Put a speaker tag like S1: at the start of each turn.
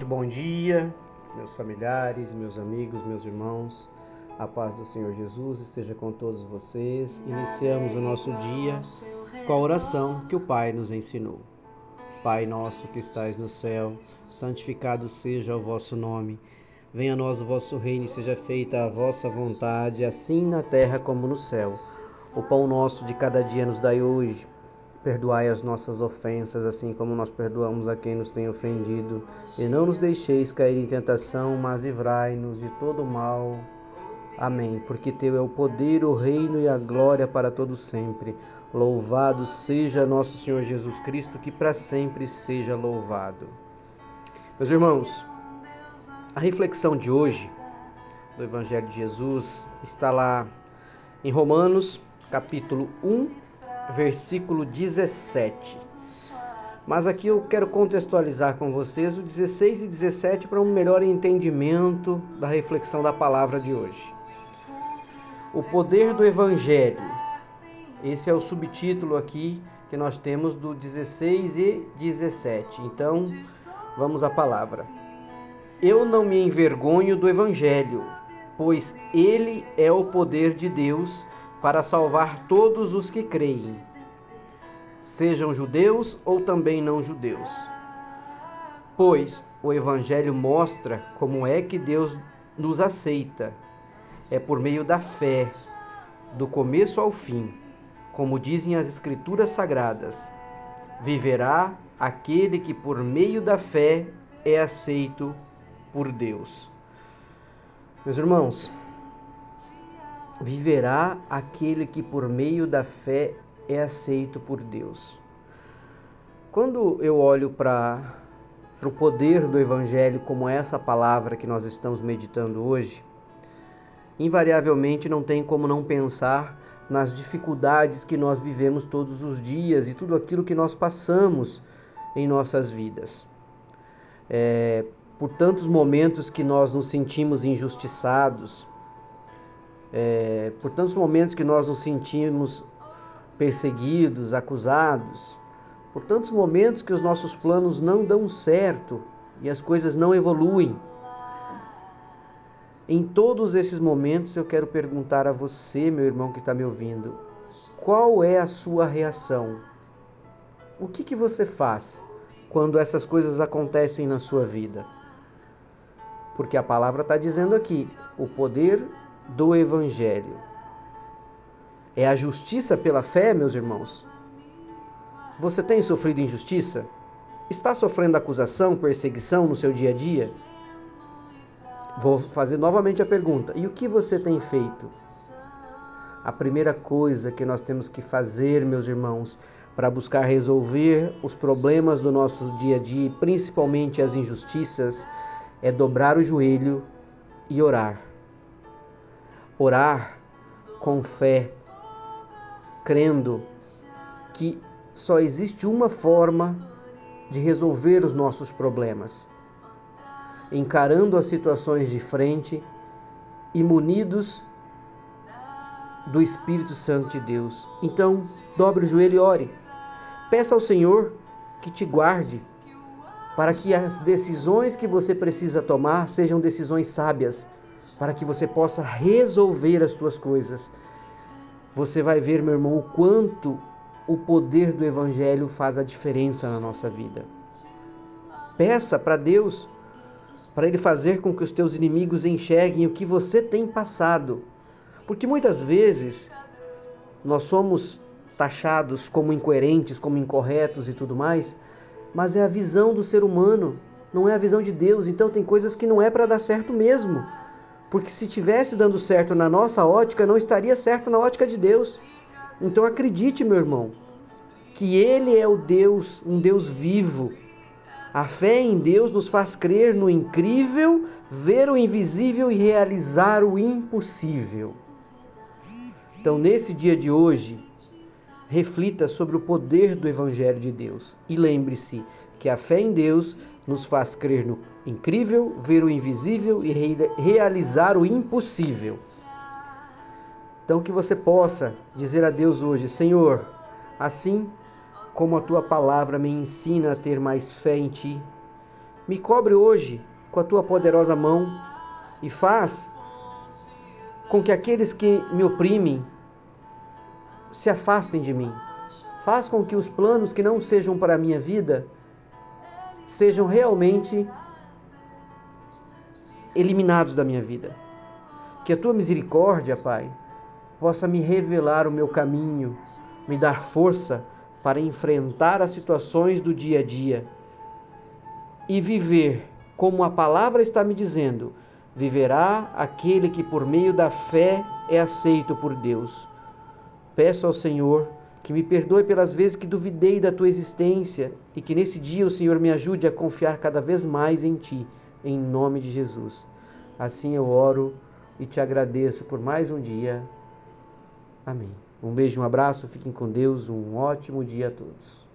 S1: bom dia, meus familiares, meus amigos, meus irmãos. A paz do Senhor Jesus esteja com todos vocês. Iniciamos o nosso dia com a oração que o Pai nos ensinou. Pai nosso que estais no céu, santificado seja o vosso nome. Venha a nós o vosso reino e seja feita a vossa vontade, assim na terra como no céu. O pão nosso de cada dia nos dai hoje. Perdoai as nossas ofensas, assim como nós perdoamos a quem nos tem ofendido. E não nos deixeis cair em tentação, mas livrai-nos de todo mal. Amém. Porque teu é o poder, o reino e a glória para todo sempre. Louvado seja nosso Senhor Jesus Cristo, que para sempre seja louvado. Meus irmãos, a reflexão de hoje do Evangelho de Jesus está lá em Romanos, capítulo 1, versículo 17. Mas aqui eu quero contextualizar com vocês o 16 e 17 para um melhor entendimento da reflexão da palavra de hoje. O poder do Evangelho. Esse é o subtítulo aqui que nós temos do 16 e 17. Então, vamos à palavra. Eu não me envergonho do Evangelho, pois ele é o poder de Deus para salvar todos os que creem, sejam judeus ou também não judeus. Pois o Evangelho mostra como é que Deus nos aceita. É por meio da fé, do começo ao fim, como dizem as Escrituras Sagradas. Viverá aquele que por meio da fé é aceito por Deus. Meus irmãos, viverá aquele que por meio da fé é aceito por Deus. Quando eu olho para o poder do Evangelho, como essa palavra que nós estamos meditando hoje, invariavelmente não tem como não pensar nas dificuldades que nós vivemos todos os dias e tudo aquilo que nós passamos em nossas vidas. Por tantos momentos que nós nos sentimos injustiçados, por tantos momentos que nós nos sentimos perseguidos, acusados, por tantos momentos que os nossos planos não dão certo e as coisas não evoluem. Em todos esses momentos eu quero perguntar a você, meu irmão que está me ouvindo, qual é a sua reação? O que você faz quando essas coisas acontecem na sua vida? Porque a palavra está dizendo aqui, o poder do Evangelho. É a justiça pela fé, meus irmãos? Você tem sofrido injustiça? Está sofrendo acusação, perseguição no seu dia a dia? Vou fazer novamente a pergunta. E o que você tem feito? A primeira coisa que nós temos que fazer, meus irmãos, para buscar resolver os problemas do nosso dia a dia, principalmente as injustiças, é dobrar o joelho e orar. Orar com fé, crendo que só existe uma forma de resolver os nossos problemas, encarando as situações de frente e munidos do Espírito Santo de Deus. Então, dobre o joelho e ore. Peça ao Senhor que te guarde, para que as decisões que você precisa tomar sejam decisões sábias, para que você possa resolver as suas coisas. Você vai ver, meu irmão, o quanto o poder do Evangelho faz a diferença na nossa vida. Peça para Deus, para Ele fazer com que os teus inimigos enxerguem o que você tem passado. Porque muitas vezes nós somos taxados como incoerentes, como incorretos e tudo mais, mas é a visão do ser humano, não é a visão de Deus. Então tem coisas que não é para dar certo mesmo. Porque se tivesse dando certo na nossa ótica, não estaria certo na ótica de Deus. Então acredite, meu irmão, que Ele é o Deus, um Deus vivo. A fé em Deus nos faz crer no incrível, ver o invisível e realizar o impossível. Então, nesse dia de hoje, reflita sobre o poder do Evangelho de Deus. E lembre-se que a fé em Deus nos faz crer no incrível, ver o invisível e realizar o impossível. Então, que você possa dizer a Deus hoje: Senhor, assim como a Tua palavra me ensina a ter mais fé em Ti, Me cobre hoje com a tua poderosa mão e faz com que aqueles que me oprimem se afastem de mim. Faz com que os planos que não sejam para a minha vida sejam realmente eliminados da minha vida. Que a tua misericórdia, Pai, possa me revelar o meu caminho, me dar força para enfrentar as situações do dia a dia e viver como a palavra está me dizendo: viverá aquele que por meio da fé é aceito por Deus. Peço ao Senhor que me perdoe pelas vezes que duvidei da tua existência e que nesse dia o Senhor me ajude a confiar cada vez mais em ti, em nome de Jesus. Assim eu oro e te agradeço por mais um dia. Amém. Um beijo, um abraço, fiquem com Deus, um ótimo dia a todos.